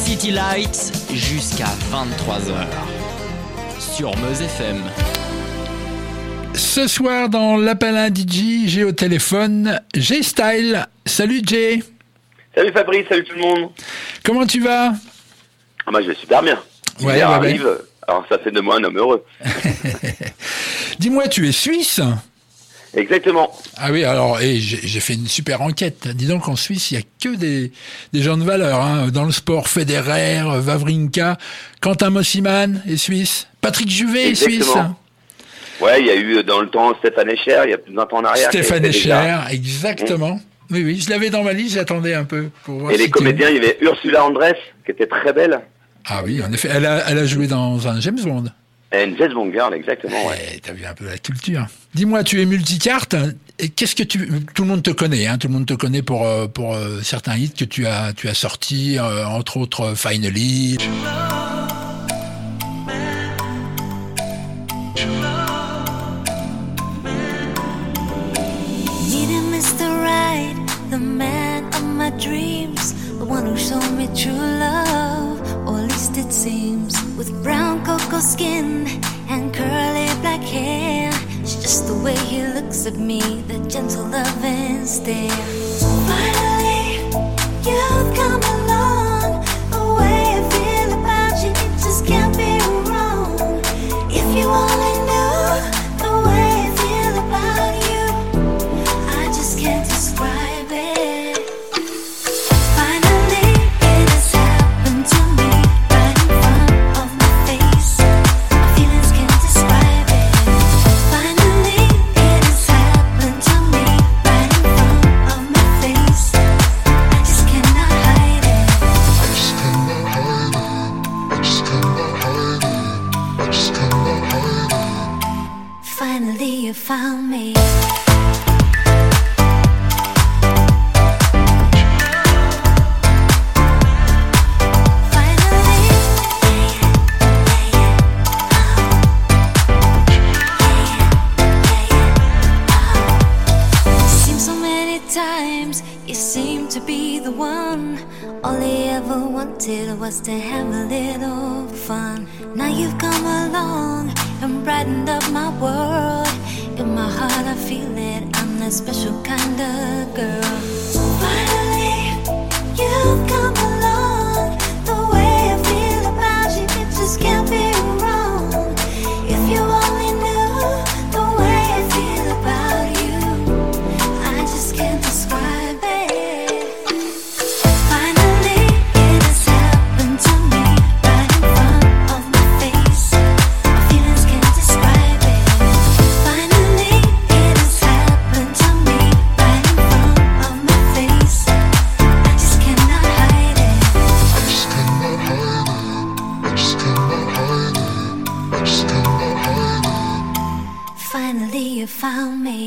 City Lights jusqu'à 23h sur Meuse FM. Ce soir dans l'appel à un DJ, j'ai au téléphone G-Style. Salut Jay. Salut Fabrice, salut tout le monde. Comment tu vas? Moi je vais super bien. Ouais, L'hiver ouais, arrive, ouais. Alors ça fait de moi un homme heureux. Dis-moi, tu es suisse? Exactement. Ah oui, alors j'ai fait une super enquête. Dis donc, en Suisse, il n'y a que des gens de valeur. Hein. Dans le sport, Federer, Wawrinka, Quentin Mosiman est suisse, Patrick Juvet est suisse. Ouais, il y a eu dans le temps Stéphane Escher, il y a plus de 20 ans en arrière. Stéphane Escher, exactement. Oui, oui, je l'avais dans ma liste, j'attendais un peu pour voir. Et les comédiens, il y avait Ursula Andress, qui était très belle. Ah oui, en effet, elle a joué dans un James Bond. Et une James Bond girl, exactement, ouais. T'as vu un peu la culture. Dis-moi, tu es multicarte, et qu'est-ce que tout le monde te connaît, hein, tout le monde te connaît pour certains hits que tu as sortis, entre autres Finally. The man of my dreams, the one who showed me true love, or at least it seems. With brown cocoa skin and curly black hair, it's just the way he looks at me, the gentle loving stare. Finally, you've come along. The way I feel about you, it just can't be wrong. If you only knew the way I feel about you, I just can't describe. Finally you found me. Seems so many times you seem to be the one. All he ever wanted was to have a little fun. Now you've come along and brightened up my world. In my heart I feel it, I'm that special kind of girl. Finally, you've come along. The way I feel about you, it just can't be wrong. If you only knew the way I feel about you, I just can't describe it. Finally, it has happened to me right in front of my face. My feelings can't describe it. Finally, it has happened to me right in front of my face. I just cannot hide it. I just cannot hide it. I just cannot hide it. I just cannot hide it. Finally, you found me.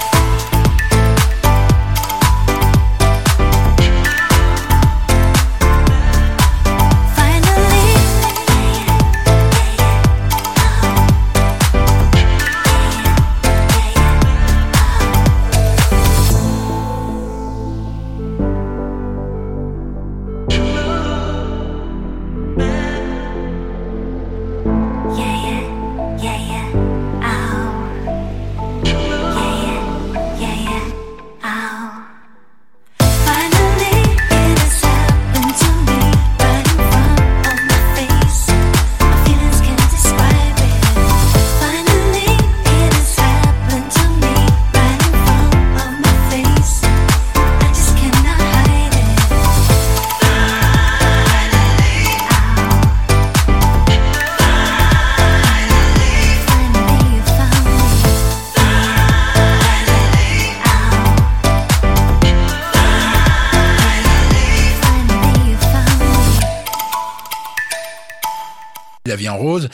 La vie en rose.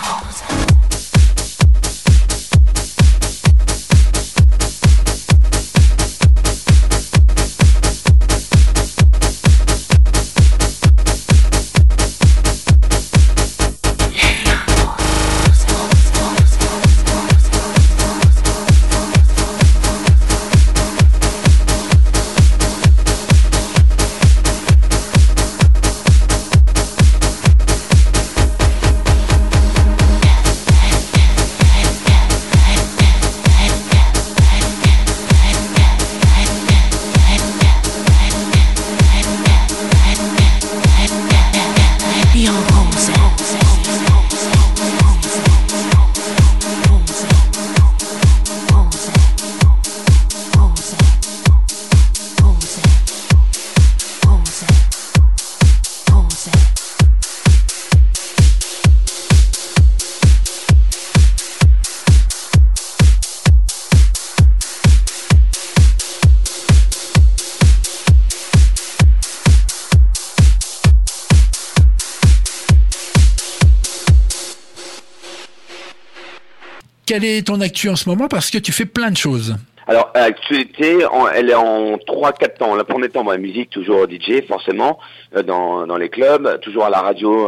Quelle est ton actu en ce moment? Parce que tu fais plein de choses. Alors, l'actualité, elle est en 3-4 temps. Le premier temps, la musique, toujours DJ, forcément, dans les clubs, toujours à la radio,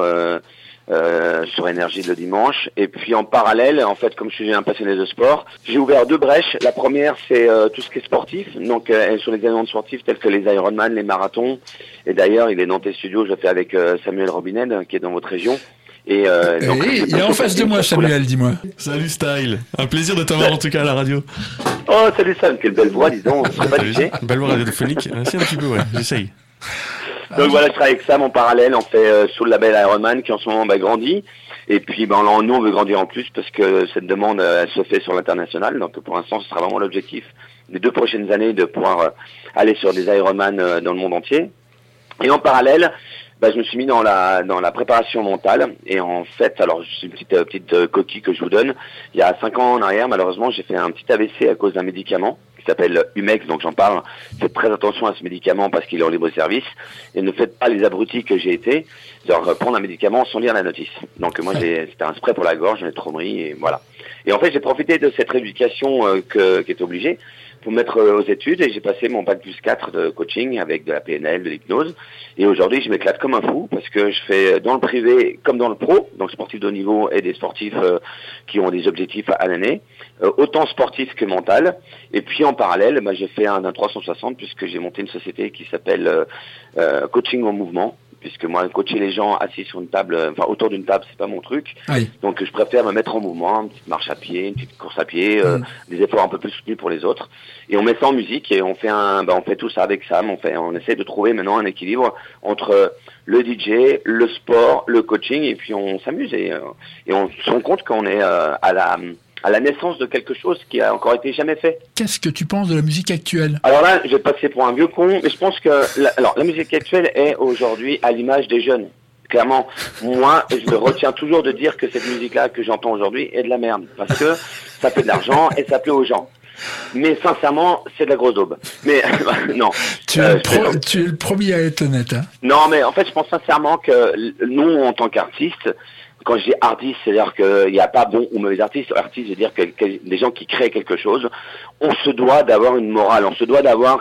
sur Énergie le dimanche. Et puis en parallèle, en fait, comme je suis un passionné de sport, j'ai ouvert 2 brèches. La première, c'est tout ce qui est sportif, donc sur les événements sportifs tels que les Ironman, les marathons. Et d'ailleurs, il est dans tes studios, je le fais avec Samuel Robinet, qui est dans votre région. Donc, il est en face de moi, Samuel, dis-moi. Salut Style, un plaisir de t'avoir en tout cas à la radio. Oh, salut Sam, quelle belle voix, dis donc, c'est pas DJ. Belle voix radiophonique, c'est un petit peu, ouais, j'essaye. Donc voilà, je travaille avec Sam en parallèle, on fait sous le label Ironman qui en ce moment grandit. Et puis nous on veut grandir en plus parce que cette demande elle se fait sur l'international. Donc pour l'instant ce sera vraiment l'objectif des 2 prochaines années de pouvoir aller sur des Ironman dans le monde entier. Et en parallèle, je me suis mis dans la préparation mentale. Et en fait, alors c'est une petite coquille que je vous donne. Il y a 5 ans en arrière, malheureusement, j'ai fait un petit AVC à cause d'un médicament qui s'appelle Humex, donc j'en parle. Faites très attention à ce médicament parce qu'il est en libre service. Et ne faites pas les abrutis que j'ai été, de prendre un médicament sans lire la notice. Donc moi, c'était un spray pour la gorge, j'en ai trop pris et voilà. Et en fait, j'ai profité de cette rééducation qui était obligée pour me mettre aux études et j'ai passé mon bac plus 4 de coaching avec de la PNL, de l'hypnose. Et aujourd'hui, je m'éclate comme un fou parce que je fais dans le privé comme dans le pro, donc sportifs de haut niveau et des sportifs qui ont des objectifs à l'année, autant sportifs que mental. Et puis en parallèle, j'ai fait un 360 puisque j'ai monté une société qui s'appelle Coaching en Mouvement. Puisque moi, coacher les gens assis sur une table, autour d'une table, c'est pas mon truc. Oui. Donc, je préfère me mettre en mouvement, une petite marche à pied, une petite course à pied, des efforts un peu plus soutenus pour les autres. Et on met ça en musique et on fait tout ça avec Sam. On essaie de trouver maintenant un équilibre entre le DJ, le sport, le coaching, et puis on s'amuse et on se rend compte qu'on est à la naissance de quelque chose qui a encore été jamais fait. Qu'est-ce que tu penses de la musique actuelle? Alors là, je vais passer pour un vieux con, mais je pense que la musique actuelle est aujourd'hui à l'image des jeunes. Clairement, moi, je me retiens toujours de dire que cette musique-là que j'entends aujourd'hui est de la merde, parce que ça fait de l'argent et ça plaît aux gens. Mais sincèrement, c'est de la grosse daube. Mais non. Tu es le premier à être honnête. Hein. Non, mais en fait, je pense sincèrement que nous, en tant qu'artistes, quand je dis artiste, c'est-à-dire qu'il n'y a pas bon ou mauvais artistes. Artiste, c'est-à-dire que des gens qui créent quelque chose. On se doit d'avoir une morale, on se doit d'avoir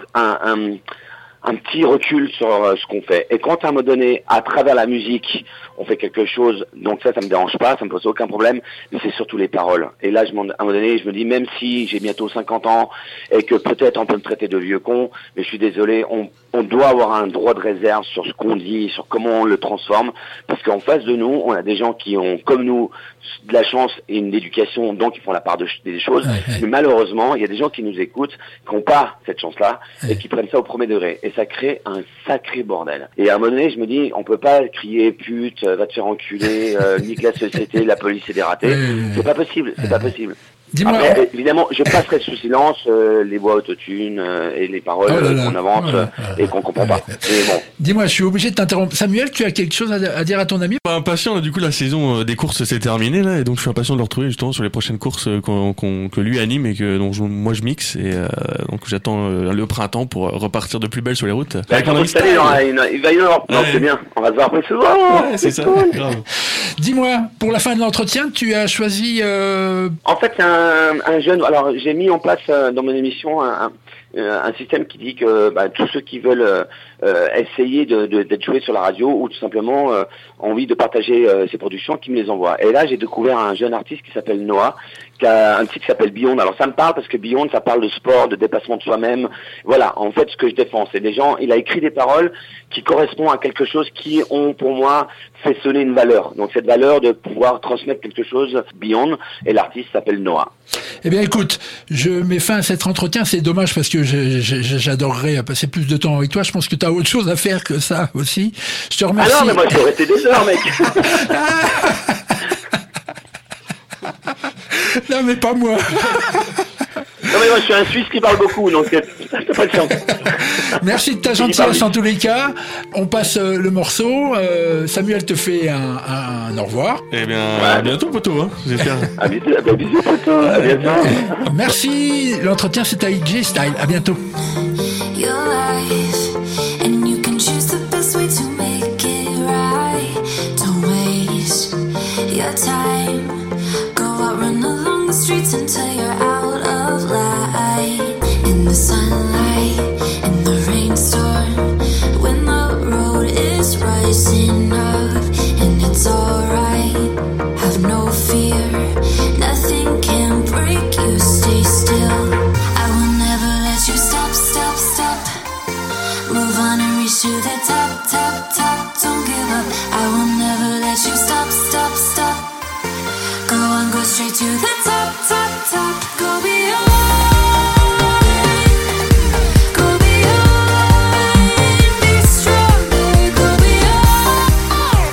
un petit recul sur ce qu'on fait. Et quand à un moment donné, à travers la musique, on fait quelque chose, donc ça me dérange pas, ça me pose aucun problème, mais c'est surtout les paroles. Et là, à un moment donné, je me dis, même si j'ai bientôt 50 ans et que peut-être on peut me traiter de vieux con, mais je suis désolé, on doit avoir un droit de réserve sur ce qu'on dit, sur comment on le transforme, parce qu'en face de nous, on a des gens qui ont, comme nous, de la chance et une éducation, donc ils font la part des choses, mais malheureusement, il y a des gens qui nous écoutent, qui n'ont pas cette chance-là, et qui prennent ça au premier degré. Et ça crée un sacré bordel. Et à un moment donné, je me dis, on peut pas crier pute, va te faire enculer, nique la société, la police est dératée. C'est pas possible, c'est pas possible. Dis-moi. Après, évidemment, je passerai sous silence les voix autotune et les paroles qu'on invente et qu'on comprend pas. Mais bon. Dis-moi, je suis obligé de t'interrompre. Samuel, tu as quelque chose à dire à ton ami? Pas impatient, là, du coup, la saison des courses s'est terminée, là, et donc je suis impatient de le retrouver justement sur les prochaines courses que lui anime et que moi je mixe, et donc j'attends le printemps pour repartir de plus belle sur les routes. Avec mon ami Style. Il va y en avoir. Non, c'est bien. On va se voir après souvent. Ouais, c'est ça. Cool. Grave. Dis-moi, pour la fin de l'entretien, tu as choisi... En fait, c'est un jeune... Alors, j'ai mis en place dans mon émission un système qui dit que tous ceux qui veulent essayer d'être joués sur la radio ou tout simplement ont envie de partager ses productions, qui me les envoient. Et là, j'ai découvert un jeune artiste qui s'appelle Noah, qui a un titre qui s'appelle Beyond. Alors ça me parle parce que Beyond, ça parle de sport, de dépassement de soi-même. Voilà, en fait, ce que je défends, c'est des gens... Il a écrit des paroles qui correspondent à quelque chose qui ont, pour moi, fait sonner une valeur. Donc cette valeur de pouvoir transmettre quelque chose Beyond, et l'artiste s'appelle Noah. Eh bien, écoute, je mets fin à cet entretien. C'est dommage parce que j'adorerais passer plus de temps avec toi. Je pense que tu as autre chose à faire que ça aussi. Je te remercie. Ah non, mais moi, je vais rester des heures, mec. Non, mais pas moi. Non, mais moi, je suis un Suisse qui parle beaucoup, donc t'as pas de chance. Merci de ta gentillesse en tous les cas. On passe le morceau. Samuel te fait un au revoir. Eh bien, à bientôt, poteau, hein, j'espère. À bisous, poteau. À bientôt. Merci. L'entretien, c'est avec J Style. À bientôt. Your life, and you can choose the best way to make it right. Don't waste your time. Go out, run along the streets until you're out of light. In the sunlight, in the rainstorm, when the road is rising up, and it's alright. Have no fear, nothing can break you. Stay still. I will never let you stop, stop, stop. Move on and reach to the top, top, top. Don't give up. I will never let you stop, stop, stop. Go on, go straight to the top, top, top. Go beyond. Go beyond. Be stronger. Go beyond.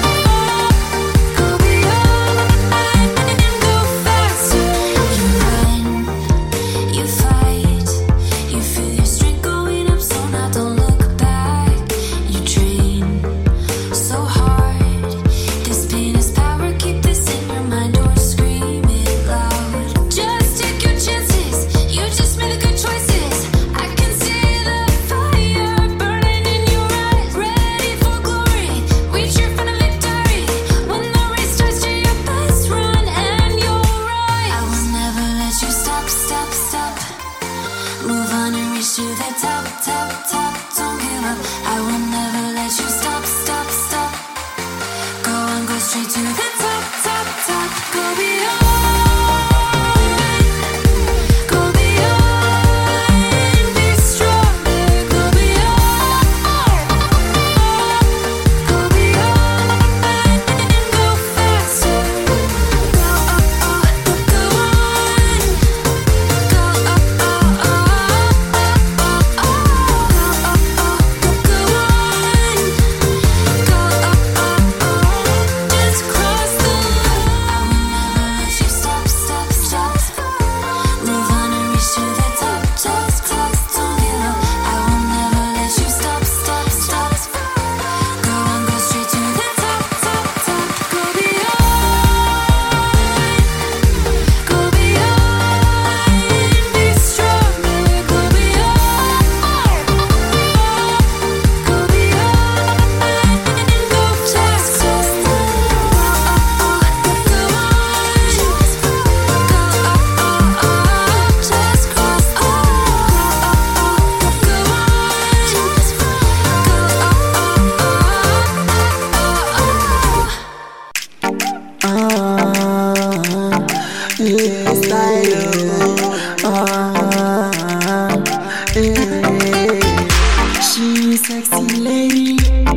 Go beyond. Go faster. You run. You fight. You feel your strength going up, so now don't look back. You train so hard. This pain is power. Keep this in your mind or scream it loud. Just take your chances. You just made the good choices. I can see the fire burning in your eyes. Ready for glory. Reach your final victory. When the race starts, to your best run and you'll rise. I will never let you stop, stop, stop. Move on and reach to the top, top, top. Don't give up. I will never let you stop, stop, stop. Go on, go straight to the top, top, top. Go beyond. Go beyond. Be stronger. Go beyond. Go beyond. Go faster. Go on. Go just cross the line. I will never let you stop, stop, stop. Move on and reach to the top, top, top. Don't give up. I will never let you stop, stop, stop. Go on, go straight to the top, top, top. Go beyond. Go beyond. Be stronger. Go beyond. Go beyond. Go faster. Just cross the She's sexy lady.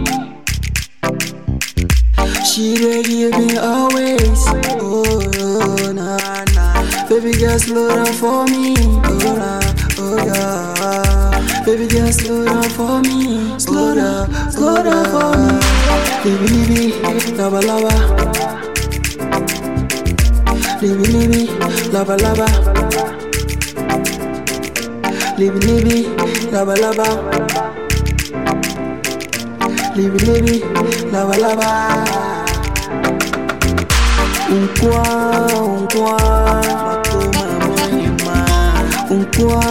She dey give me always. Oh, nah, nah. Baby girl, slow down for me. Oh, nah, oh, yeah. Baby girl, slow down for me. Slow down for me. Baby, lava, lava. Libi, laba, laba. Libi, laba, laba. Libi, laba, laba. Un kwa, makoma mohima. Un kwa,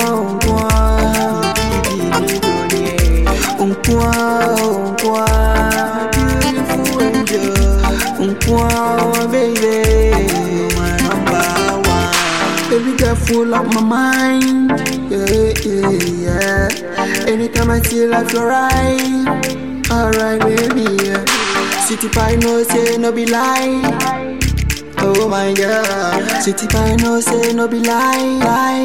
beautiful angel. Un kwa, baby, my number one. Baby girl full of my mind. Yeah. Anytime I see life, you're right. Alright, baby, yeah. City pie no say no be lie. Oh my God. City pie no say no be lie.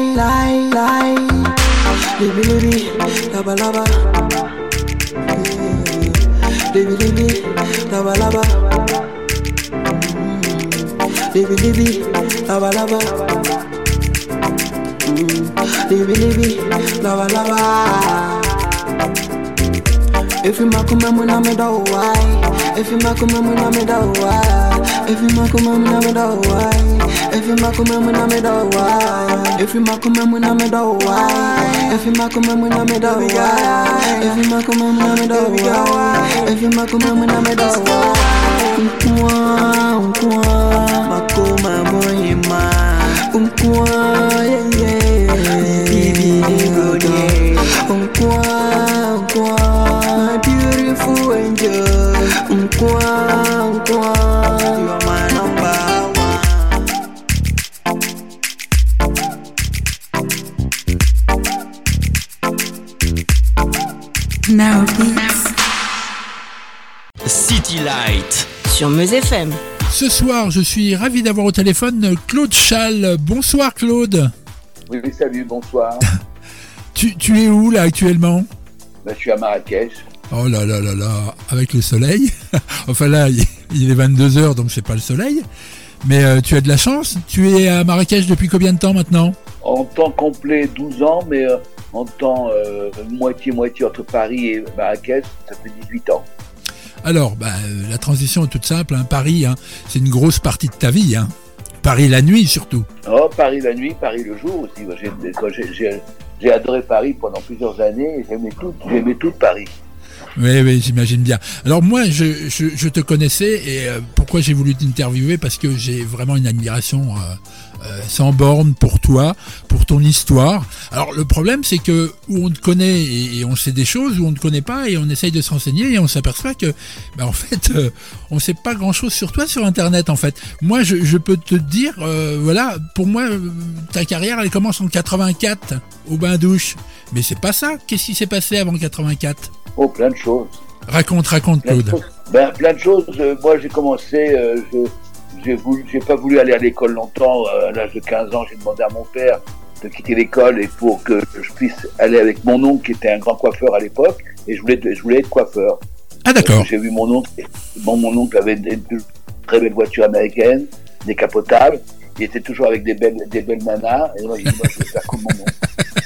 Libi, laba, laba. Libi, laba, laba. Libi, laba, laba. Libi, laba, laba. If you makuma muna me do why? If you makuma muna me do why? If you makuma muna me do why? If you makuma muna me do why? If you makuma muna me do why? If you makuma muna me do why? If you makuma muna me do why? If you makuma muna me do why? Unkwa, makuma mohima. Unkwa, yeah. Bibi godie. Unkwa, my beautiful angel. Unkwa, you are my number one. Now beats. City Light. Sur Meuse FM. Ce soir, je suis ravi d'avoir au téléphone Claude Chal. Bonsoir Claude. Oui, salut, bonsoir. Tu es où là actuellement? Je suis à Marrakech. Oh là là là là, avec le soleil. Enfin là, il est 22h, donc c'est pas le soleil. Mais tu as de la chance. Tu es à Marrakech depuis combien de temps maintenant? En temps complet, 12 ans, mais en temps moitié-moitié entre Paris et Marrakech, ça fait 18 ans. Alors, la transition est toute simple. Hein. Paris, c'est une grosse partie de ta vie. Hein. Paris la nuit surtout. Oh, Paris la nuit, Paris le jour aussi. J'ai adoré Paris pendant plusieurs années. J'aimais tout Paris. Oui, j'imagine bien. Alors moi, je te connaissais et pourquoi j'ai voulu t'interviewer? Parce que j'ai vraiment une admiration sans borne pour toi, pour ton histoire. Alors le problème, c'est que où on te connaît et on sait des choses, où on ne te connaît pas et on essaye de se renseigner et on s'aperçoit que, en fait, on sait pas grand-chose sur toi sur Internet. En fait, moi, je peux te dire, voilà, pour moi, ta carrière, elle commence en 84 au bain-douche. Mais c'est pas ça. Qu'est-ce qui s'est passé avant 84? Oh, plein de choses. Raconte, Claude. Plein de choses. Moi, j'ai commencé, j'ai pas voulu aller à l'école longtemps. À l'âge de 15 ans, j'ai demandé à mon père de quitter l'école et pour que je puisse aller avec mon oncle qui était un grand coiffeur à l'époque. Et je voulais être coiffeur. Ah, d'accord. J'ai vu mon oncle. Mon oncle avait une très belle voiture américaine, décapotable. Il était toujours avec des belles nanas. Et moi, j'ai dit, je vais faire comme mon oncle.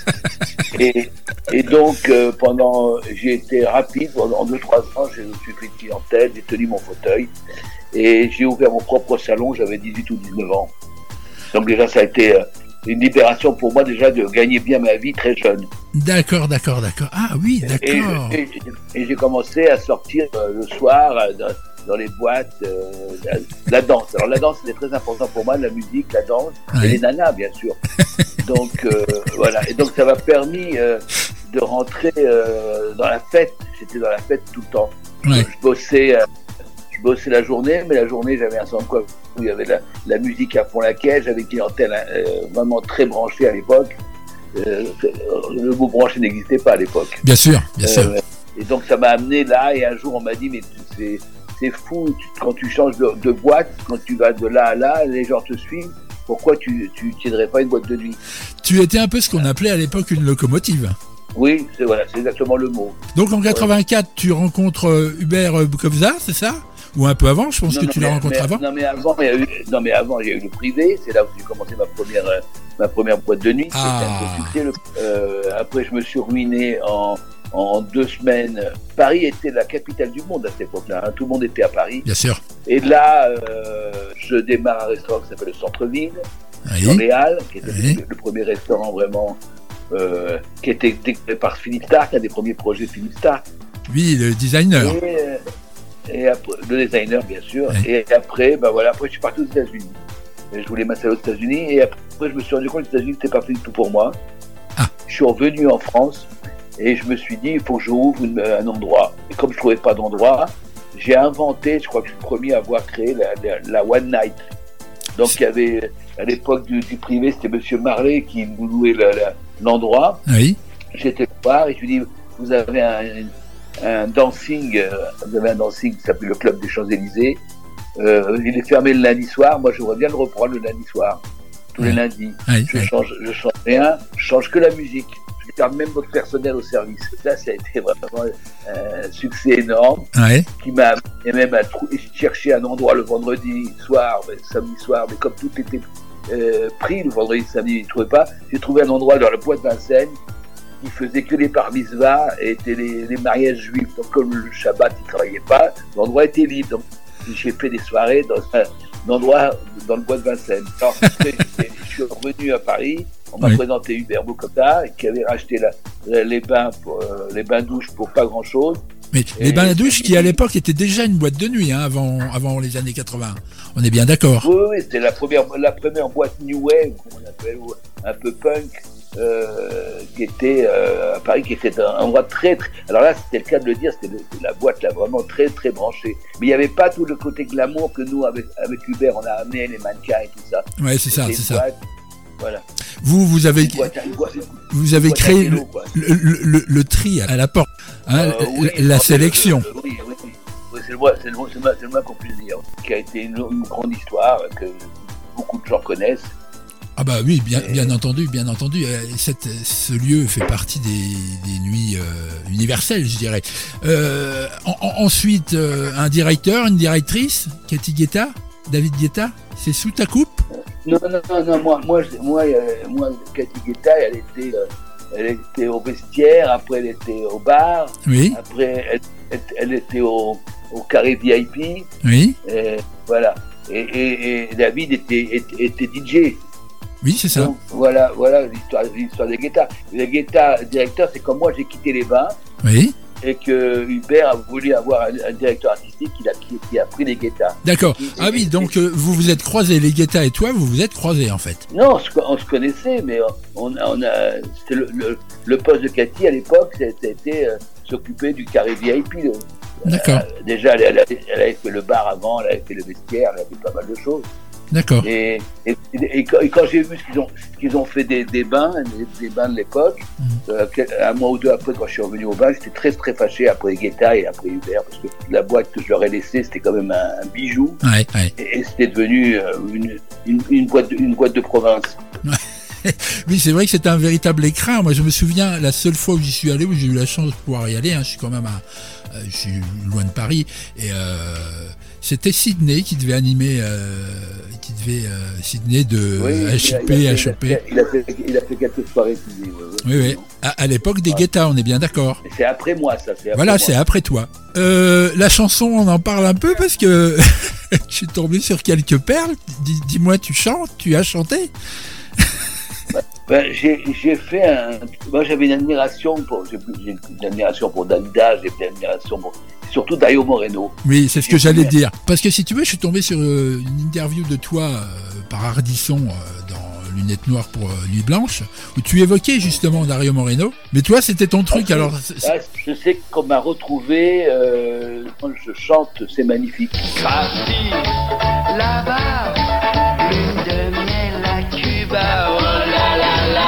Et donc, j'ai été rapide, en 2-3 ans, je me suis pris de clientèle, j'ai tenu mon fauteuil, et j'ai ouvert mon propre salon, j'avais 18 ou 19 ans. Donc déjà, ça a été une libération pour moi, déjà, de gagner bien ma vie très jeune. D'accord. Ah oui, d'accord. Et j'ai commencé à sortir le soir dans les boîtes, la danse. Alors la danse, c'était très important pour moi, la musique, la danse, et les nanas, bien sûr. Donc voilà, et donc ça m'a permis de rentrer dans la fête. J'étais dans la fête tout le temps. Ouais. Je bossais la journée, mais la journée j'avais un centre où il y avait la musique à fond la caisse. J'avais une clientèle vraiment très branchée à l'époque. Le mot branché n'existait pas à l'époque. Bien sûr. Et donc ça m'a amené là, et un jour on m'a dit, mais c'est fou, quand tu changes de boîte, quand tu vas de là à là, les gens te suivent. Pourquoi tu tiendrais pas une boîte de nuit? Tu étais un peu ce qu'on appelait à l'époque une locomotive. Oui, c'est exactement le mot. Donc en 84, tu rencontres Hubert Bukovza, c'est ça? Ou un peu avant? Je pense que tu l'as rencontré avant. Non, mais avant, il y a eu le privé. C'est là où j'ai commencé ma première boîte de nuit. Ah. C'était un peu succès. Après, je me suis ruiné en 2 semaines. Paris était la capitale du monde à cette époque-là. Hein. Tout le monde était à Paris. Bien sûr. Et là, je démarre un restaurant qui s'appelle le Centre-Ville, dans les Halles, qui était le premier restaurant vraiment, qui était décoré par Philippe Starck, un des premiers projets de Philippe Starck. Oui, le designer. Et après, le designer, bien sûr. Oui. Et après, après, je suis parti aux États-Unis. Et je voulais m'installer aux États-Unis. Et après, je me suis rendu compte que les États-Unis, c'était pas fait du tout pour moi. Ah. Je suis revenu en France et je me suis dit, il faut que je rouvre un endroit. Et comme je trouvais pas d'endroit, j'ai inventé, je crois que je suis le premier à avoir créé la One Night. Donc, il y avait, à l'époque du privé, c'était Monsieur Marley qui nous louait l'endroit. Oui. J'étais le voir et je lui dis, vous avez un dancing qui s'appelle le Club des Champs-Élysées. Il est fermé le lundi soir. Moi, je voudrais bien le reprendre le lundi soir, tous les lundis. Je change rien, je change que la musique. Je garde même votre personnel au service. Là, ça a été vraiment un succès énorme qui m'a amené même à chercher un endroit le vendredi soir, samedi soir, mais comme tout était pris le vendredi, samedi, je ne trouvais pas. J'ai trouvé un endroit dans la boîte de Vincennes qui faisait que les bar mitzvahs et étaient les mariages juifs. Donc, comme le Shabbat, ils ne travaillaient pas, l'endroit était libre. Donc, j'ai fait des soirées dans un endroit dans le bois de Vincennes. Alors, je suis revenu à Paris, on m'a présenté Hubert Bocota, qui avait racheté les bains douches pour pas grand-chose. Mais les bains à douche qui, à l'époque, étaient déjà une boîte de nuit, hein, avant les années 80. On est bien d'accord. Oui, c'était la première boîte New Wave, comme on appelle, un peu punk. Qui était à Paris, qui était un endroit très, très... Alors là, c'était le cas de le dire, c'était la boîte là vraiment très très branchée. Mais il n'y avait pas tout le côté glamour que nous, avec Hubert, on a amené, les mannequins et tout ça. Ouais, c'est ça, c'est ça. Boîte, voilà. Vous avez créé le tri à la porte, hein, la sélection. Oui, c'est le moins qu'on puisse dire, qui a été une grande histoire que beaucoup de gens connaissent. Ah bah oui, bien entendu. Ce lieu fait partie des nuits universelles, je dirais. Ensuite, un directeur, une directrice, Cathy Guetta, David Guetta, c'est sous ta coupe? Non, moi, Cathy Guetta, elle était au vestiaire, après elle était au bar, après elle était au carré VIP. Oui. Voilà. Et David était DJ. Oui, c'est ça. Donc, voilà l'histoire des Guetta. Les Guetta, directeur, c'est comme moi, j'ai quitté les bains. Oui. Et que Hubert a voulu avoir un directeur artistique qui a pris les Guetta. D'accord. Ah oui, donc vous vous êtes croisés, les Guetta et toi, vous vous êtes croisés en fait. Non, on se connaissait, mais c'était le poste de Cathy à l'époque, c'était s'occuper du carré VIP. D'accord. Déjà, elle avait fait le bar avant, elle avait fait le vestiaire, elle avait fait pas mal de choses. D'accord. Et quand j'ai vu ce qu'ils ont fait des bains de l'époque, un mois ou deux après, quand je suis revenu au bain, j'étais très très fâché après Guetta et après Hubert, parce que la boîte que je leur ai laissée, c'était quand même un bijou. Ouais. Et c'était devenu une boîte de province. Oui, c'est vrai que c'était un véritable écrin. Moi, je me souviens, la seule fois où j'y suis allé, où j'ai eu la chance de pouvoir y aller, je suis quand même je suis loin de Paris, et c'était Sydney qui devait animer, Sydney de HIP. Il a fait quelques soirées Sydney. Oui. À l'époque des Guetta, on est bien d'accord. C'est après moi, ça. C'est après toi. La chanson, on en parle un peu parce que je suis tombé sur quelques perles. Dis-moi, tu chantes, tu as chanté? J'ai fait moi, j'avais une admiration pour Dalida, j'ai une admiration pour surtout Dario Moreno. Oui, c'est ce que j'allais dire. Parce que si tu veux, je suis tombé sur une interview de toi par Ardisson dans Lunettes Noires pour Nuit Blanche, où tu évoquais justement Dario Moreno. Mais toi, c'était ton truc, alors. Je sais qu'on m'a retrouvé quand je chante, c'est magnifique. Parti là-bas, lune de miel à Cuba. Oh là là là.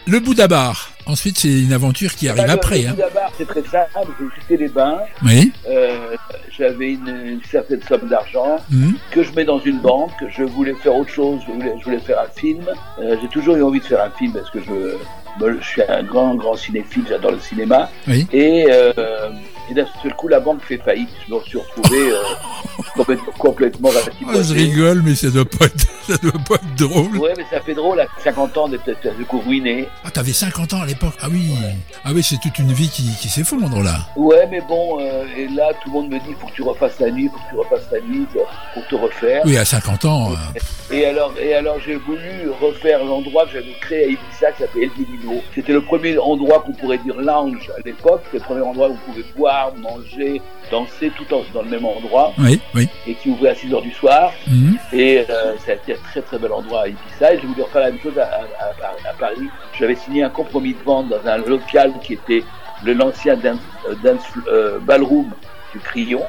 Le Bouddha Bar. Ensuite, c'est une aventure qui arrive après. Le Bouddha Bar, c'est très simple. J'ai quitté les bains. Oui. J'avais une certaine somme d'argent que je mets dans une banque. Je voulais faire autre chose. Je voulais faire un film. J'ai toujours eu envie de faire un film parce que je suis un grand cinéphile. J'adore le cinéma. Oui. Et d'un seul coup, la banque fait faillite. Je me suis retrouvé complètement ratisé. Je rigole, mais ça doit pas être drôle. Ouais, mais ça fait drôle. À 50 ans, d'être du coup ruiné. Ah, t'avais 50 ans à l'époque. Ah oui. Ouais. Ah oui, c'est toute une vie qui s'effondre là. Ouais, mais bon, et là, tout le monde me dit, faut que tu refasses la nuit, pour te refaire. Oui, à 50 ans. Et alors, j'ai voulu refaire l'endroit que j'avais créé à Ibiza, qui s'appelait El Divino. C'était le premier endroit qu'on pourrait dire lounge à l'époque. C'était le premier endroit où on pouvait boire, manger, danser, tout dans le même endroit. Oui. Et qui ouvrait à 6h du soir. Et ça a été un très très bel endroit à Ibiza. Et j'ai voulu refaire la même chose à Paris. J'avais signé un compromis de vente dans un local qui était l'ancien dance ballroom du Crillon.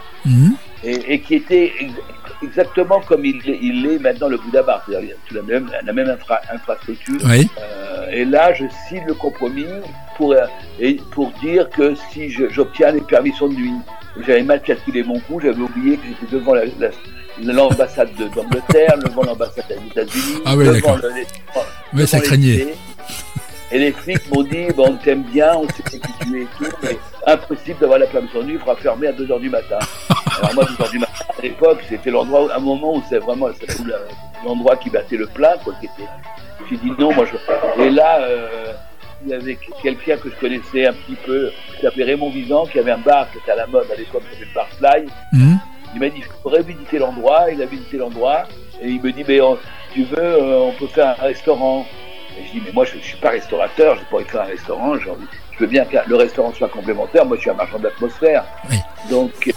Et qui était exactement comme il est maintenant le Bouddha Bar, c'est-à-dire la même infrastructure. Oui. Et là, je signe le compromis pour dire que si j'obtiens les permissions de nuit. J'avais mal calculé mon coup, j'avais oublié que j'étais devant l'ambassade d'Angleterre, devant l'ambassade des États-Unis. Ah oui, d'accord. Oui, ça craignait. Et les flics m'ont dit, on t'aime bien, on sait qui tu es et tout, mais impossible d'avoir la permission de nuit, il faudra fermer à 2h du matin. Alors moi, 2h du matin, à l'époque, c'était l'endroit, un moment où c'est vraiment l'endroit qui battait le plein, quoi, j'ai dit non, Et là, il y avait quelqu'un que je connaissais un petit peu, qui s'appelait Raymond Visan, qui avait un bar qui était à la mode à l'époque, qui s'appelait le Bar Fly. Il m'a dit, il faudrait visiter l'endroit, il a visité l'endroit, et il me dit, mais si tu veux, on peut faire un restaurant. Et je dis, mais moi, je ne suis pas restaurateur, je n'ai pas envie de faire un restaurant, je veux bien que le restaurant soit complémentaire, moi, je suis un marchand d'atmosphère. Oui. Donc,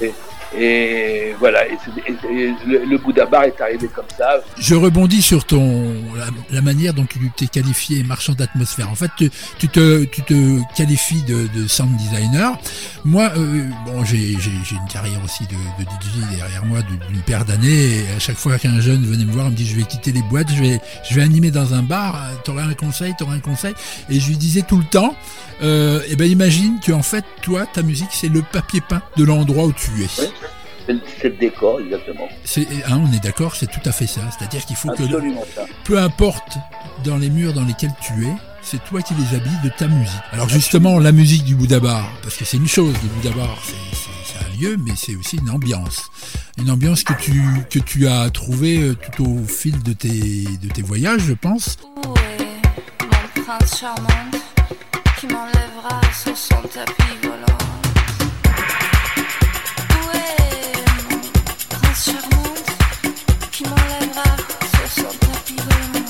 et voilà, et le Bouddha Bar est arrivé comme ça. Je rebondis sur la manière dont tu t'es qualifié marchand d'atmosphère. En fait, tu te qualifies de sound designer. Moi, j'ai une carrière aussi de DJ derrière moi d'une paire d'années. Et à chaque fois qu'un jeune venait me voir, il me dit, je vais quitter les boîtes, je vais animer dans un bar. T'aurais un conseil. Et je lui disais tout le temps, imagine que en fait, toi, ta musique, c'est le papier peint de l'endroit où tu es. Oui. C'est le décor, exactement. On est d'accord, c'est tout à fait ça. C'est-à-dire qu'il faut peu importe dans les murs dans lesquels tu es, c'est toi qui les habilles de ta musique. Alors justement, la musique du Bouddha Bar, parce que c'est une chose, le Bouddha Bar, c'est un lieu, mais c'est aussi une ambiance. Une ambiance que tu as trouvée tout au fil de tes voyages, je pense. Où est mon prince charmant qui m'enlèvera sur son tapis volant? Qui m'enlèvera sur son tapis volant.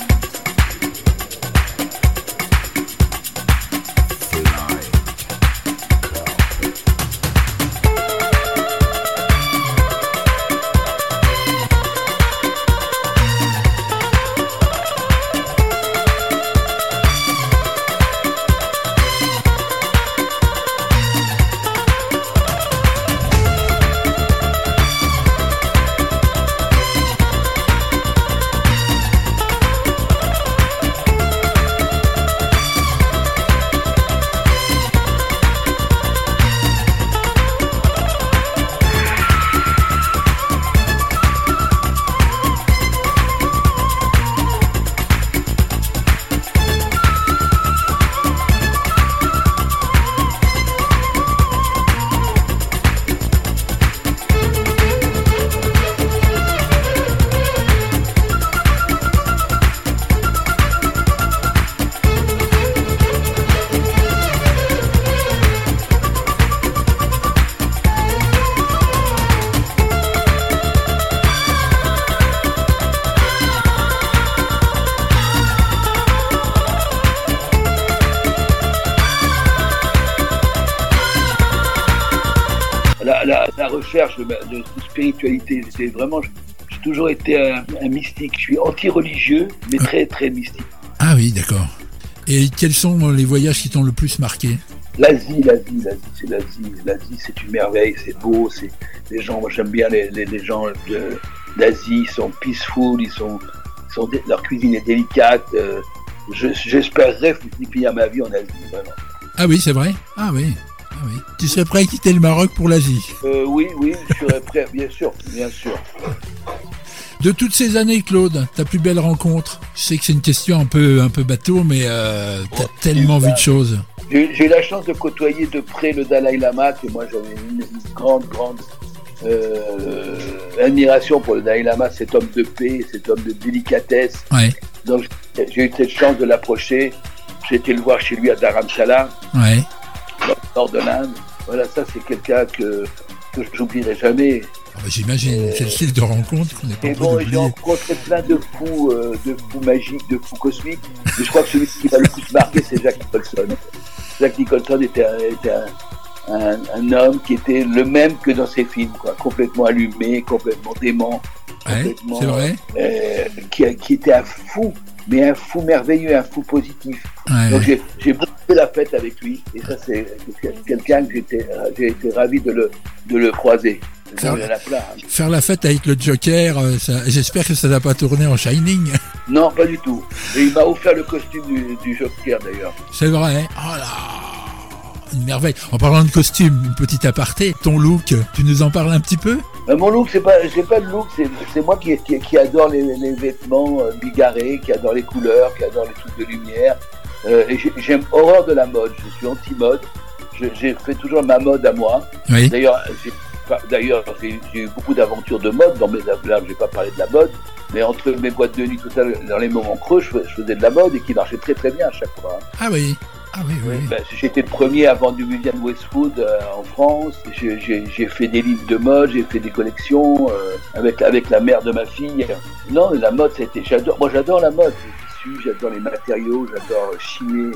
La recherche de spiritualité, j'ai toujours été un mystique. Je suis anti-religieux, mais très très mystique. Ah oui, d'accord. Et quels sont les voyages qui t'ont le plus marqué? L'Asie, c'est l'Asie. L'Asie, c'est une merveille, c'est beau, c'est les gens. Moi, j'aime bien les gens d'Asie. Ils sont peaceful, leur cuisine est délicate. j'espérerais finir ma vie en Asie, vraiment. Ah oui, c'est vrai. Ah oui. Tu serais prêt à quitter le Maroc pour l'Asie? Oui, je serais prêt, bien sûr. De toutes ces années, Claude, ta plus belle rencontre? Je sais que c'est une question un peu bateau, mais t'as tellement vu de choses. J'ai eu la chance de côtoyer de près le Dalai Lama, que moi j'avais une grande admiration pour le Dalai Lama, cet homme de paix, cet homme de délicatesse. Ouais. Donc j'ai eu cette chance de l'approcher. J'ai été le voir chez lui à Dharamshala, ouais, dans le nord de l'Inde. Voilà, ça c'est quelqu'un que j'oublierai jamais. J'imagine, c'est le style de rencontre qu'on n'est pas prêt d'oublier. J'ai rencontré plein de fous magiques, de fous cosmiques. Mais je crois que celui qui m'a le plus marqué, c'est Jack Nicholson. Jack Nicholson était un homme qui était le même que dans ses films, quoi. Complètement allumé, complètement dément. Ouais, c'est vrai. Qui était un fou, mais un fou merveilleux, un fou positif. Ouais. Donc j'ai beaucoup fait la fête avec lui, et ça c'est quelqu'un que j'ai été ravi de le croiser. Faire la fête avec le Joker, j'espère que ça n'a pas tourné en Shining. Non, pas du tout. Et il m'a offert le costume du Joker d'ailleurs. C'est vrai. Oh là, une merveille. En parlant de costume, une petite aparté, ton look, tu nous en parles un petit peu? Mon look, j'ai pas de look, c'est moi qui adore les vêtements bigarrés, qui adore les couleurs, qui adore les trucs de lumière. Et j'aime horreur de la mode, je suis anti-mode. J'ai fait toujours ma mode à moi. Oui. D'ailleurs, j'ai eu beaucoup d'aventures de mode dans mes là, je vais pas parler de la mode, mais entre mes boîtes de nuit, tout ça, dans les moments creux, je faisais de la mode et qui marchait très très bien à chaque fois. Ah oui. J'étais le premier à vendre du Vivienne Westwood en France. J'ai fait des livres de mode, j'ai fait des collections avec la mère de ma fille. Non, la mode, j'adore la mode. Les tissus, j'adore les matériaux, j'adore chiner.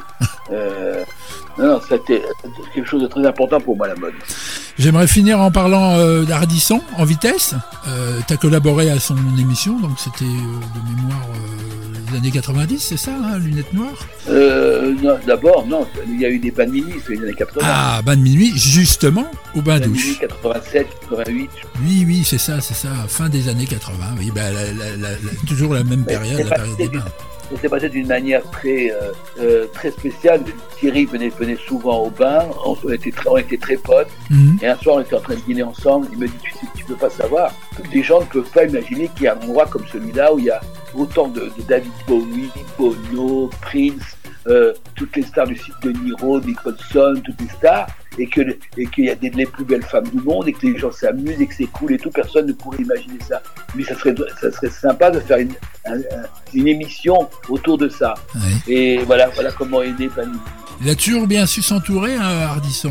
Non, c'était quelque chose de très important pour moi, la mode. J'aimerais finir en parlant d'Ardisson, en vitesse. Tu as collaboré à son émission, donc c'était de mémoire les années 90, c'est ça, hein, Lunettes Noires? Non, d'abord, non, il y a eu des bains de minuit, c'est les années 80. Ah, bains de minuit, justement, au bain douche. Minuit 87, 88. Oui, c'est ça, fin des années 80, oui, toujours la même période, la période des bains. Ça s'est passé d'une manière très spéciale. Thierry venait souvent au bain, on était très potes. Et un soir, on était en train de dîner ensemble. Il me dit, tu peux pas savoir, les gens ne peuvent pas imaginer qu'il y a un endroit comme celui-là où il y a autant de David Bowie, Bono, Prince, toutes les stars du site de Niro, Nicholson, toutes les stars, et qu'il y a les plus belles femmes du monde, et que les gens s'amusent, et que c'est cool et tout. Personne ne pourrait imaginer ça. Mais ça serait sympa de faire une émission autour de ça. Oui. Et voilà comment est né Panini. Il a toujours bien su s'entourer, Ardisson,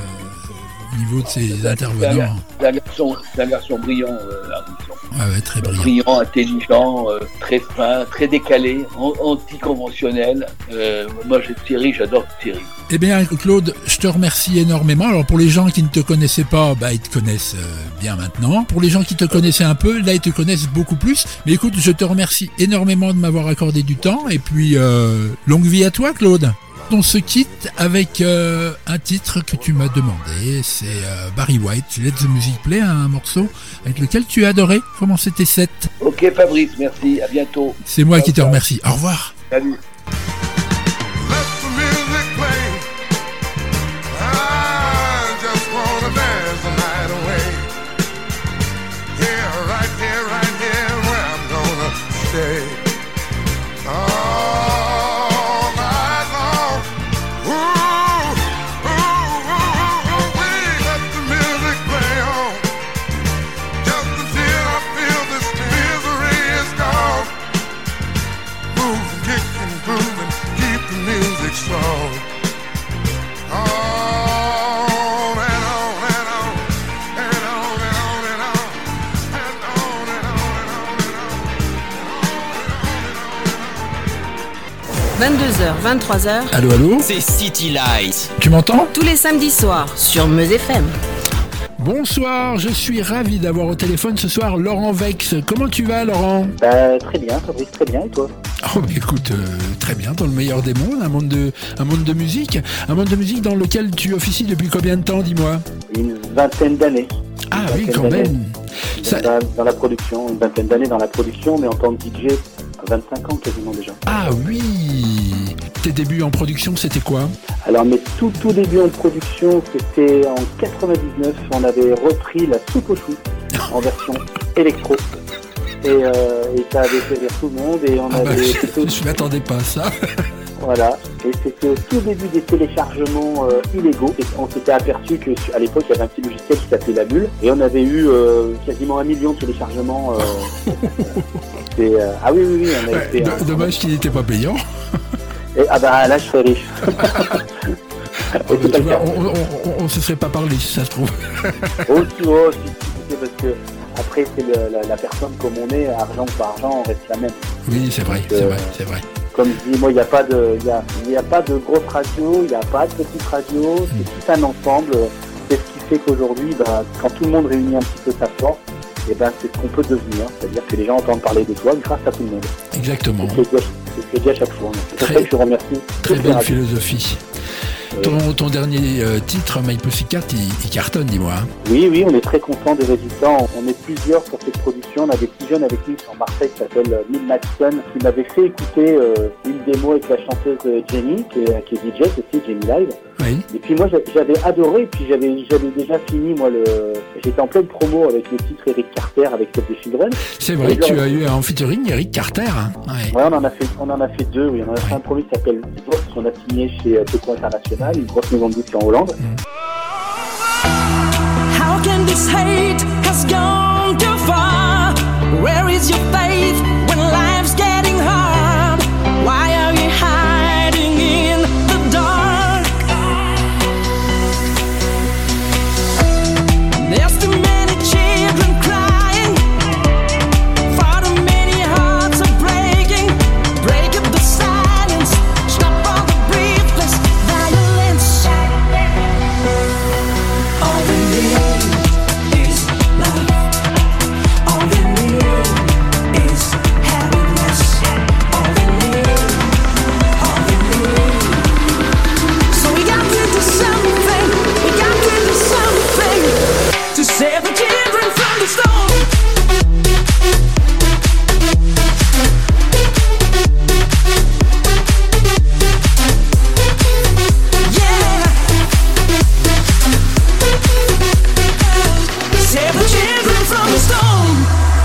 au niveau de ses intervenants. C'est un garçon brillant, Ardisson. Ouais, très brillant. Brillant, intelligent, très fin, très décalé, anticonventionnel. Moi, Thierry, j'adore Thierry. Eh bien, Claude, je te remercie énormément. Alors, pour les gens qui ne te connaissaient pas, ils te connaissent bien maintenant. Pour les gens qui te connaissaient un peu, là, ils te connaissent beaucoup plus. Mais écoute, je te remercie énormément de m'avoir accordé du temps. Et puis, longue vie à toi, Claude. On se quitte avec un titre que tu m'as demandé, c'est Barry White, Let the Music Play, un morceau avec lequel tu as adoré commencer tes sets. Ok Fabrice, merci, à bientôt. C'est moi qui te remercie, au revoir. Salut. « 22h, 23h. Allô. C'est City Lights. Tu m'entends? Tous les samedis soirs sur Meuse FM. Bonsoir, je suis ravi d'avoir au téléphone ce soir Laurent Vex. Comment tu vas, Laurent? Très bien, Fabrice, très bien. Et toi? Oh, écoute, très bien, dans le meilleur des mondes, un monde de musique. Un monde de musique dans lequel tu officies depuis combien de temps, dis-moi? Une vingtaine d'années. Ah oui, quand même. Dans la production, une vingtaine d'années dans la production, mais en tant que DJ, 25 ans quasiment déjà. Ah oui. Tes débuts en production, c'était quoi? Alors mes tout débuts en production, c'était en 99, on avait repris la soupe aux choux en version électro. Et ça avait fait rire tout le monde et on avait... Je m'attendais pas à ça. Voilà, et c'était au tout début des téléchargements illégaux. Et on s'était aperçu qu'à l'époque, il y avait un petit logiciel qui s'appelait La Bulle. Et on avait eu quasiment 1 million de téléchargements. Ah oui, on avait fait... Dommage qu'il n'était pas payant. Et, là, je serais riche. On se serait pas parlé, si ça se trouve. Si, parce que après, c'est la personne comme on est, argent ou pas argent, on reste la même. Oui, c'est vrai. Comme je dis, moi, il n'y a pas de grosse radio, il n'y a pas de petite radio, c'est tout un ensemble. C'est ce qui fait qu'aujourd'hui, quand tout le monde réunit un petit peu sa force, c'est ce qu'on peut devenir. C'est-à-dire que les gens entendent parler de toi grâce à tout le monde. Exactement. C'est ce que je dis à chaque fois. C'est pour ça que je vous remercie. Très belle philosophie. Ton dernier titre, My Pussycat, il cartonne, dis-moi. Oui, on est très content des résultats. On est plusieurs sur cette production. On a des petits jeunes avec nous sur Marseille qui s'appelle Midnight Sun, qui m'avait fait écouter une démo avec la chanteuse Jenny, qui est DJ aussi, Jenny Live. Oui. Et puis moi, j'avais adoré. Et puis j'avais déjà fini, moi, j'étais en pleine promo avec le titre Eric Carter avec Save the Children. C'est vrai que tu as eu un featuring Eric Carter. Hein. Ouais, on en a fait deux. Oui, on en a fait un premier qui s'appelle Vox, qu'on a signé chez Teco International, une grosse maison de disques en Hollande. How can this hate has gone too far? Where is your faith when life's getting hard? Why are you hiding in the dark? There's too many children crying, far too many hearts are breaking. Break up the silence, stop all the breathless violence. All we need is love. All we need is happiness. All we need. So we got to do something. We got to do something to save the children from the storm. Yeah. Save the children from the storm.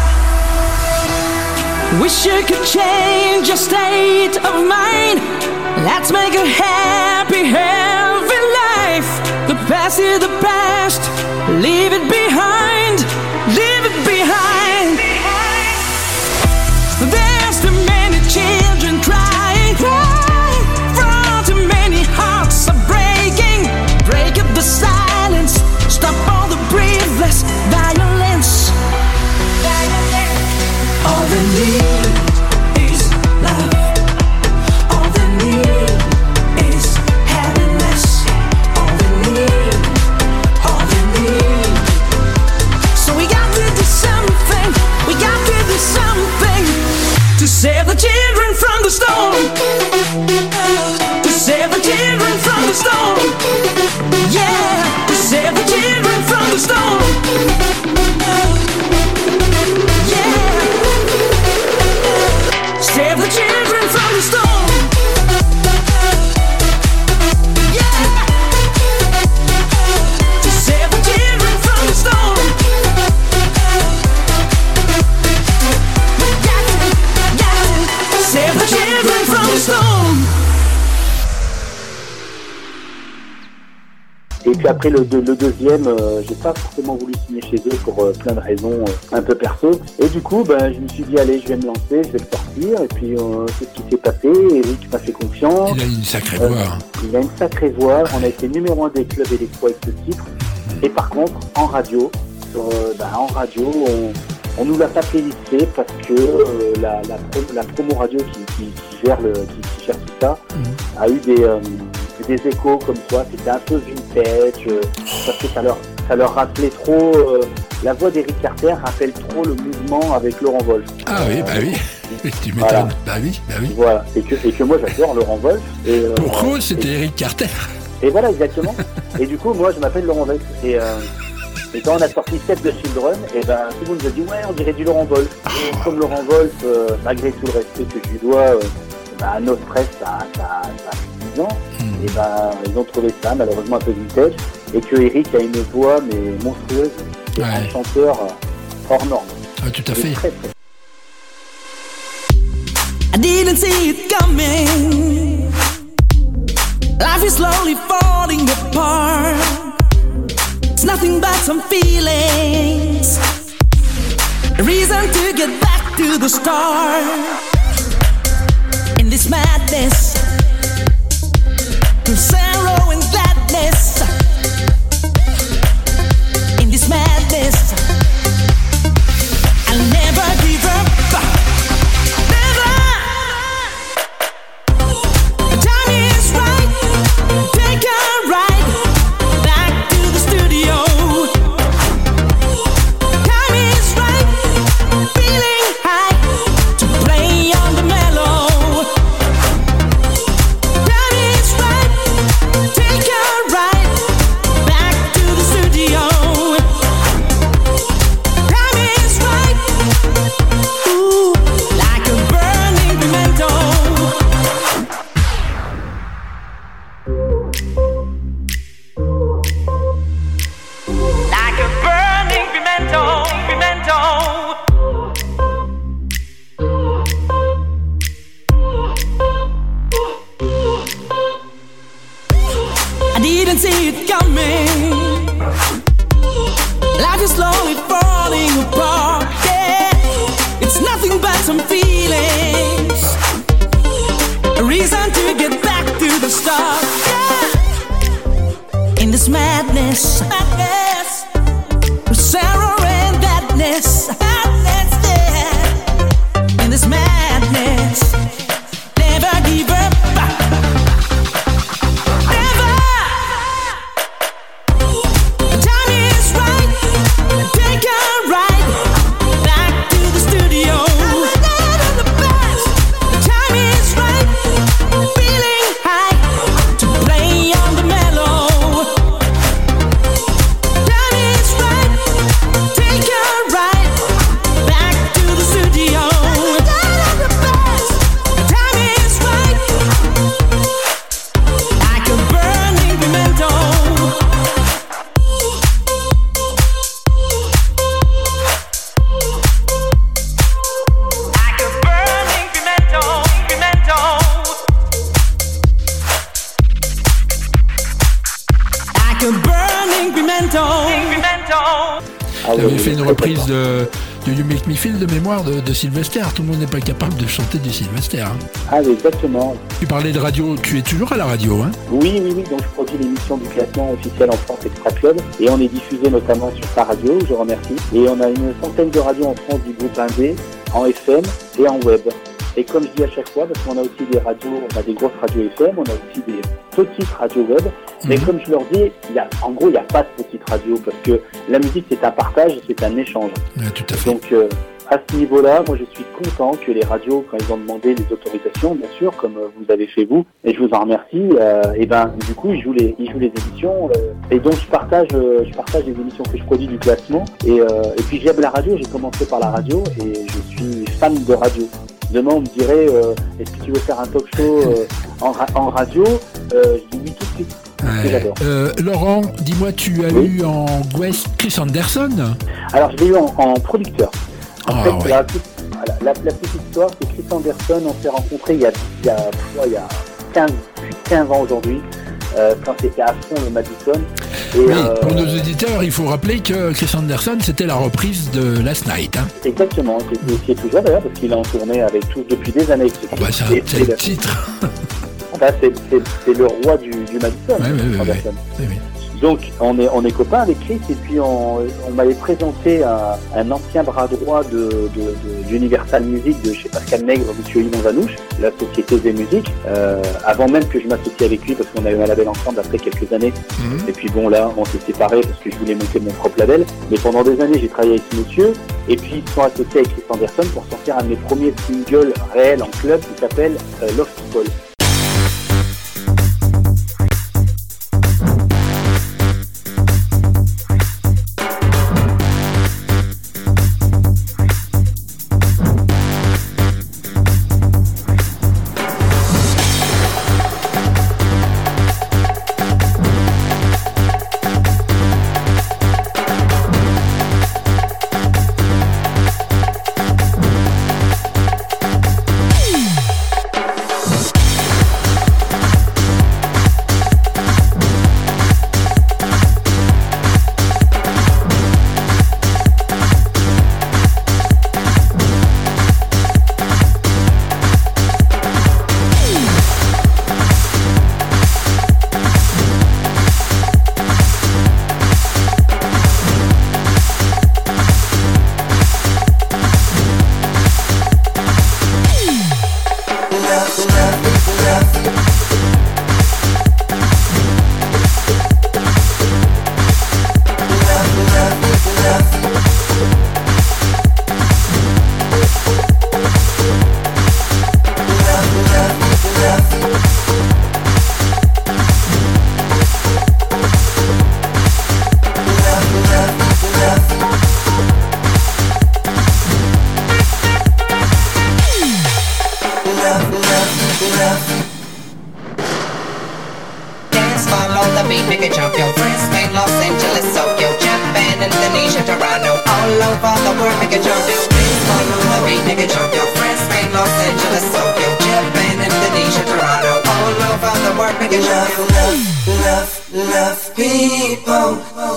Wish you could change your state of mind. Let's make a happy, healthy life. The past is the past. Leave it behind. Leave it behind. There's too many children crying. Far too many hearts are breaking. Break up the silence. Stop all the breathless violence. All they need is love. All they need is happiness. All they need. So we got to do something. We got to do something to save the children from the storm. To save the children from the storm. Yeah, to save the children from the storm. Yeah, save the children from the storm. Yeah, to save the children from the storm. Save the children from the storm. Et puis après le deuxième, j'ai pas forcément voulu signer chez eux pour plein de raisons un peu perso. Et du coup, je me suis dit allez, je vais me lancer, je vais le sortir. Et puis c'est ce qui s'est passé. Eric m'a fait confiance. Il a une sacrée voix. Il a une sacrée voix. On a été numéro 1 des clubs électro avec ce titre. Et par contre, en radio, on nous l'a pas félicité parce que la promo radio qui gère tout ça a eu des échos comme quoi c'était un peu vintage parce que ça leur rappelait trop la voix d'Eric Carter rappelle trop le mouvement avec Laurent Wolf. Ah oui, tu m'étonnes. Voilà. Bah oui. Voilà, et que moi j'adore Laurent Wolf. Pour cause, c'était Eric Carter. Et voilà, exactement. Et du coup, moi je m'appelle Laurent Wolf et Et quand on a sorti Save the Children, et ben tout le monde nous a dit ouais, on dirait du Laurent Wolf. Et comme Laurent Wolf, malgré tout le respect que je lui dois, à No Stress, ça a 10 ans. Et ben ils ont trouvé ça malheureusement un peu vintage. Et que Eric a une voix mais monstrueuse. C'est un chanteur hors norme. Ah, tout à fait. Très, très. I didn't see it coming. Life is slowly falling apart. It's nothing but some feelings. A reason to get back to the start. In this madness, through sorrow and gladness. In this madness, I'll never give up. Tu avais fait une reprise de You Make Me Feel de mémoire de Sylvester. Tout le monde n'est pas capable de chanter du Sylvester. Hein. Ah oui, exactement. Tu parlais de radio, tu es toujours à la radio, hein? Oui, donc je produis l'émission du classement officiel en France Extra Club et on est diffusé notamment sur ta radio, je remercie. Et on a une centaine de radios en France du groupe Indé, en FM et en web. Et comme je dis à chaque fois, parce qu'on a aussi des radios, on a des grosses radios FM, on a aussi des petites radios web. Mais comme je leur dis, en gros, il n'y a pas de petites radios parce que la musique, c'est un partage, c'est un échange. Ouais, tout à fait. Donc, à ce niveau-là, moi, je suis content que les radios, quand ils ont demandé des autorisations, bien sûr, comme vous avez fait vous, et je vous en remercie, et ben, du coup, ils jouent les émissions, et donc je partage les émissions que je produis du classement, et puis j'aime la radio, j'ai commencé par la radio, et je suis fan de radio. Demain, on me dirait, est-ce que tu veux faire un talk show en radio? Je dis oui tout de suite. Ouais. Laurent, dis-moi, tu as eu en guest Chris Anderson? Alors, je l'ai eu en producteur. En fait, la petite histoire, c'est Chris Anderson, on s'est rencontrés il y a 15 ans aujourd'hui, quand c'était à fond le Madison. Et oui, pour nos auditeurs, il faut rappeler que Chris Anderson, c'était la reprise de Last Night. Hein. Exactement, qui est toujours d'ailleurs, parce qu'il est en tournée avec tous depuis des années. C'est le titre. C'est le roi du Madison, Anderson. Oui. Donc on est copains avec Chris et puis on m'avait présenté un ancien bras droit d'Universal Music de chez Pascal Nègre, monsieur Yvon Vanouche, la société des musiques, avant même que je m'associe avec lui parce qu'on a eu un label ensemble après quelques années. Et puis bon là on s'est séparés parce que je voulais monter mon propre label, mais pendant des années j'ai travaillé avec ce monsieur et puis ils sont associés avec Chris Anderson pour sortir un de mes premiers singles réels en club qui s'appelle Love People. Dance, follow the beat, make it jump. Your friends, Spain, Los Angeles, Tokyo, Japan, Indonesia, Toronto, all over the world, make it jump. Dance, follow the beat, make it jump. Your friends, Spain, Los Angeles, Tokyo, Japan, Indonesia, Toronto, all over the world, make it jump. Love people.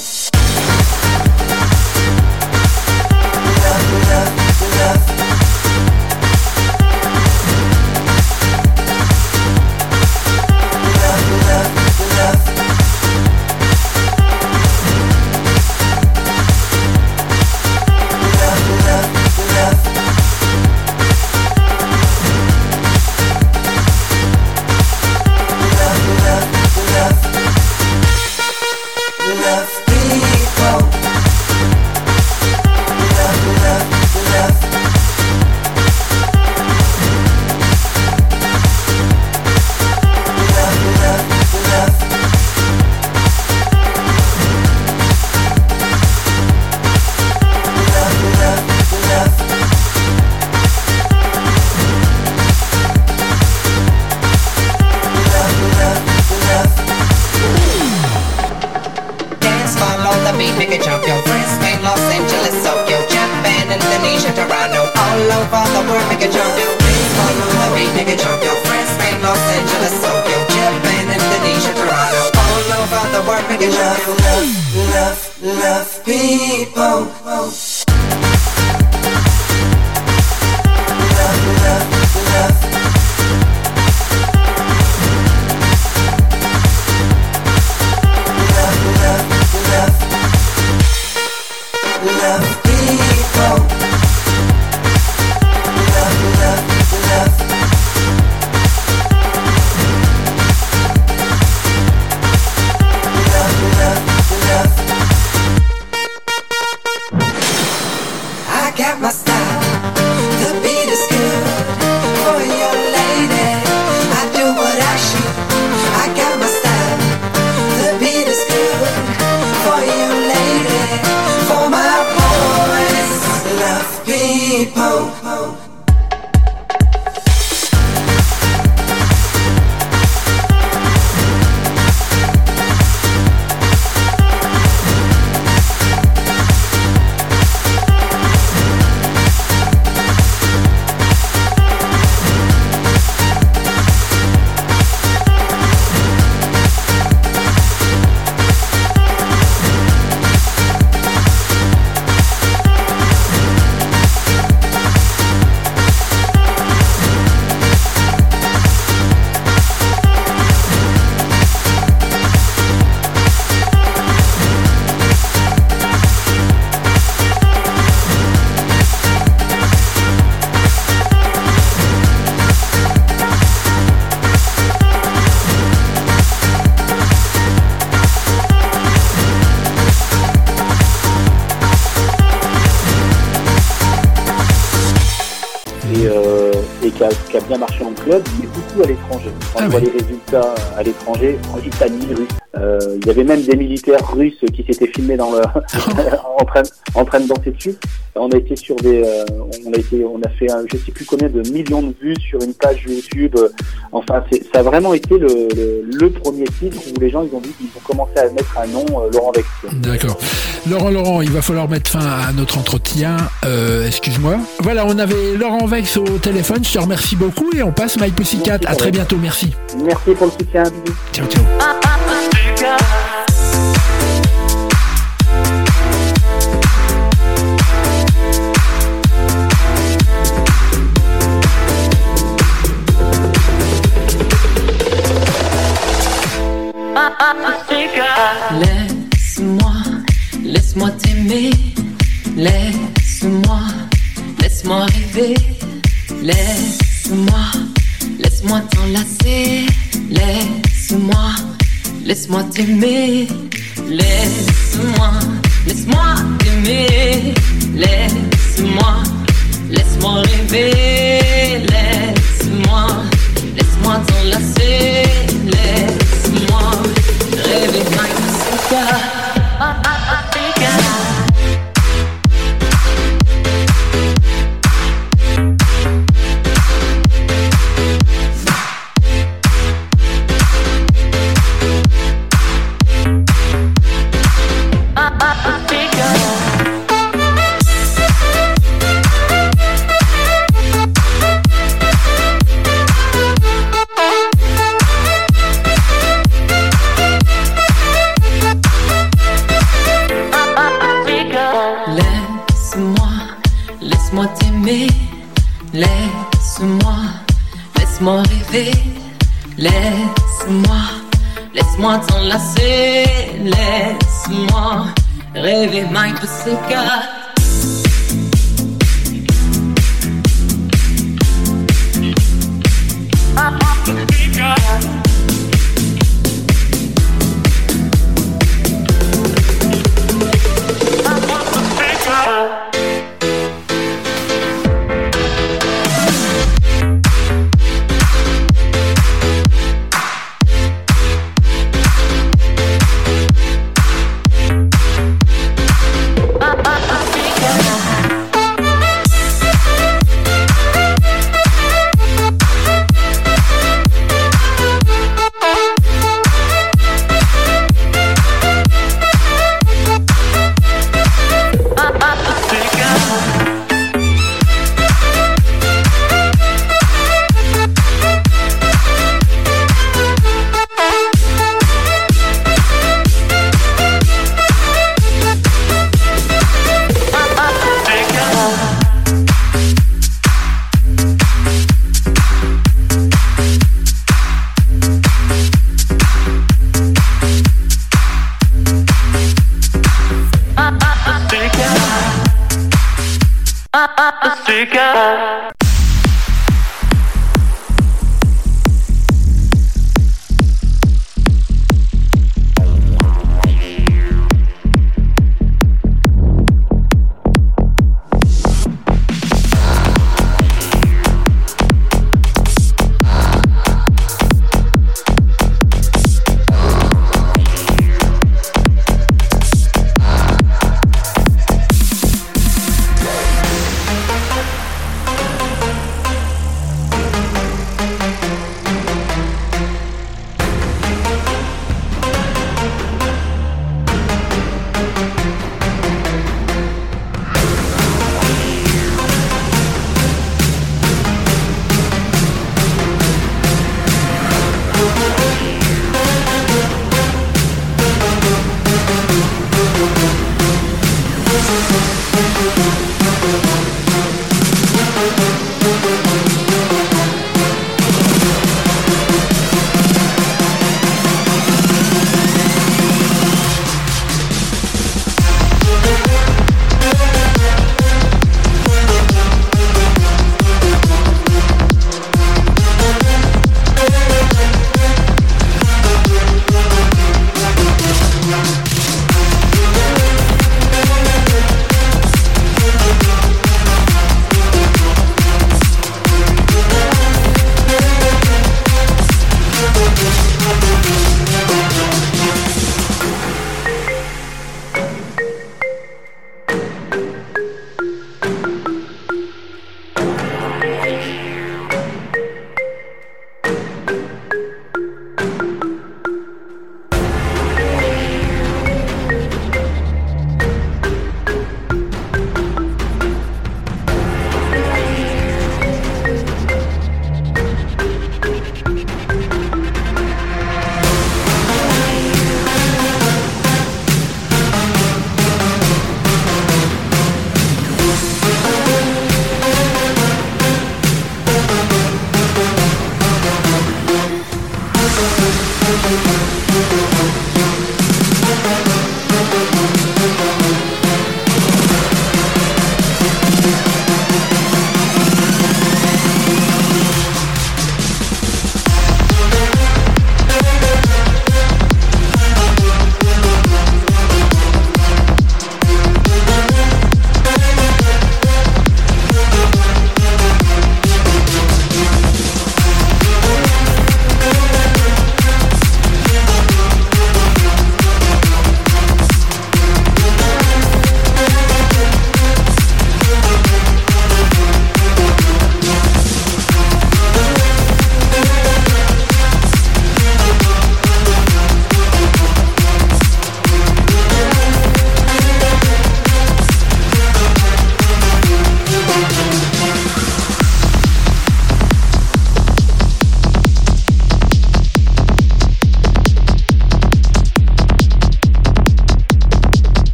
Love people. Qui a bien marché en club, mais beaucoup à l'étranger. Quand on voit les résultats à l'étranger, en Italie, Russie. Il y avait même des militaires russes qui s'étaient filmés dans le en train de danser dessus. On a été sur on a fait je sais plus combien de millions de vues sur une page YouTube. Enfin, ça a vraiment été le premier titre où les gens ils ont commencé à mettre un nom, Laurent Vex. D'accord. Laurent, il va falloir mettre fin à notre entretien. Excuse-moi. Voilà, on avait Laurent Vex au téléphone. Je te remercie beaucoup et on passe My Pussycat. À très bientôt. Merci. Merci pour le soutien. Bisous. Ciao, ciao. Laisse-moi t'aimer, laisse-moi rêver, laisse-moi t'enlacer, laisse-moi t'aimer, laisse-moi t'aimer, laisse-moi rêver, laisse-moi t'enlacer, laisse-moi rêver, My Pussycat. rêver. Laisse-moi t'enlacer. Laisse-moi rêver, my pussycat.